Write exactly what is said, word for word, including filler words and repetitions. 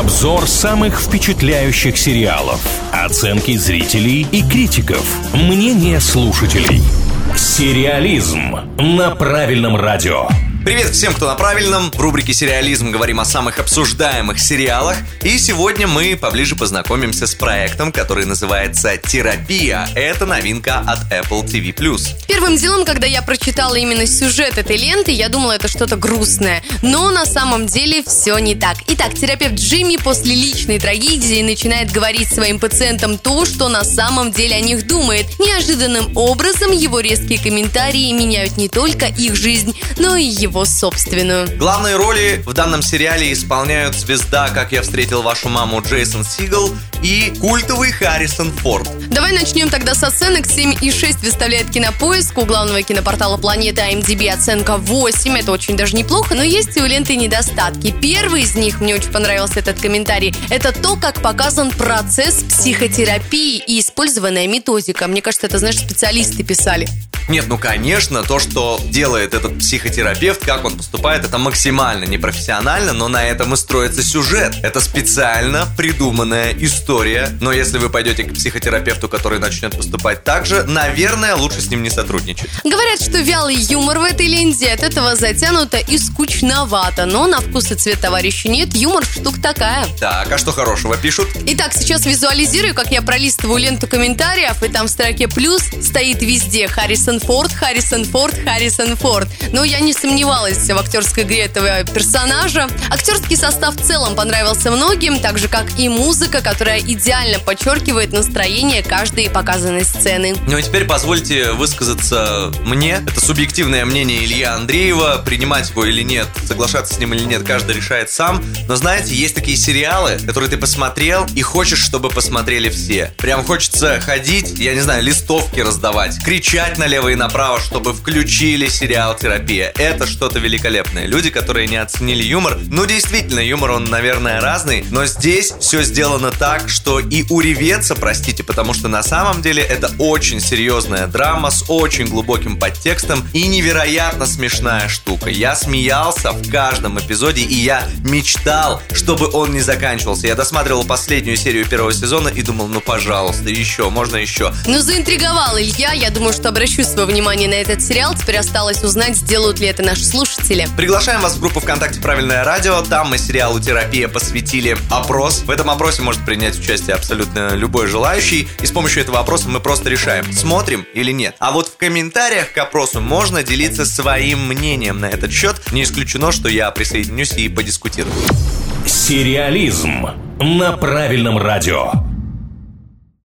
Обзор самых впечатляющих сериалов, оценки зрителей и критиков, мнение слушателей. Сериализм на правильном радио. Привет всем, кто на правильном. В рубрике «Сериализм» говорим о самых обсуждаемых сериалах. И сегодня мы поближе познакомимся с проектом, который называется «Терапия». Это новинка от Apple ти ви плюс. Первым делом, когда я прочитала именно сюжет этой ленты, я думала, это что-то грустное. Но на самом деле все не так. Итак, терапевт Джимми после личной трагедии начинает говорить своим пациентам то, что на самом деле о них думает. Неожиданным образом его резкие комментарии меняют не только их жизнь, но и его собственную. Главные роли в данном сериале исполняют звезда «Как я встретил вашу маму» Джейсон Сигел и культовый Харрисон Форд. Давай начнем тогда с оценок. семь и шесть выставляет Кинопоиск. У главного кинопортала планеты ай эм ди би оценка восемь. Это очень даже неплохо, но есть и у ленты недостатки. Первый из них, мне очень понравился этот комментарий, это то, как показан процесс психотерапии и использованная методика. Мне кажется, это, знаешь, специалисты писали. Нет, ну конечно, то, что делает этот психотерапевт, как он поступает, это максимально непрофессионально, но на этом и строится сюжет. Это специально придуманная история. Но если вы пойдете к психотерапевту, который начнет поступать так же, наверное, лучше с ним не сотрудничать. Говорят, что вялый юмор в этой ленте, от этого затянуто и скучновато. Но на вкус и цвет товарища нет, юмор штука такая. Так, а что хорошего пишут? Итак, сейчас визуализирую, как я пролистываю ленту комментариев, и там в строке «плюс» стоит везде Харрисон Форд, Харрисон Форд, Харрисон Форд. Но я не сомневалась в актерской игре этого персонажа. Актерский состав в целом понравился многим, так же, как и музыка, которая идеально подчеркивает настроение каждой показанной сцены. Ну и теперь позвольте высказаться мне. Это субъективное мнение Ильи Андреева. Принимать его или нет, соглашаться с ним или нет, каждый решает сам. Но знаете, есть такие сериалы, которые ты посмотрел и хочешь, чтобы посмотрели все. Прям хочется ходить, я не знаю, листовки раздавать, кричать налево и направо, чтобы включили сериал «Терапия». Это что-то великолепное. Люди, которые не оценили юмор, ну действительно, юмор он, наверное, разный, но здесь все сделано так, что и уреветься, простите, потому что на самом деле это очень серьезная драма с очень глубоким подтекстом и невероятно смешная штука. Я смеялся в каждом эпизоде, и я мечтал, чтобы он не заканчивался. Я досматривал последнюю серию первого сезона и думал, ну пожалуйста, еще, можно еще. Ну заинтриговал Илья, я думаю, что обращу свое внимание на этот сериал. Теперь осталось узнать, сделают ли это наши слушатели. Приглашаем вас в группу ВКонтакте «Правильное радио». Там мы сериалу «Терапия» посвятили опрос. В этом опросе может принять участие абсолютно любой желающий. И с помощью этого опроса мы просто решаем, смотрим или нет. А вот в комментариях к опросу можно делиться своим мнением на этот счет. Не исключено, что я присоединюсь и подискутирую. Сериализм на правильном радио.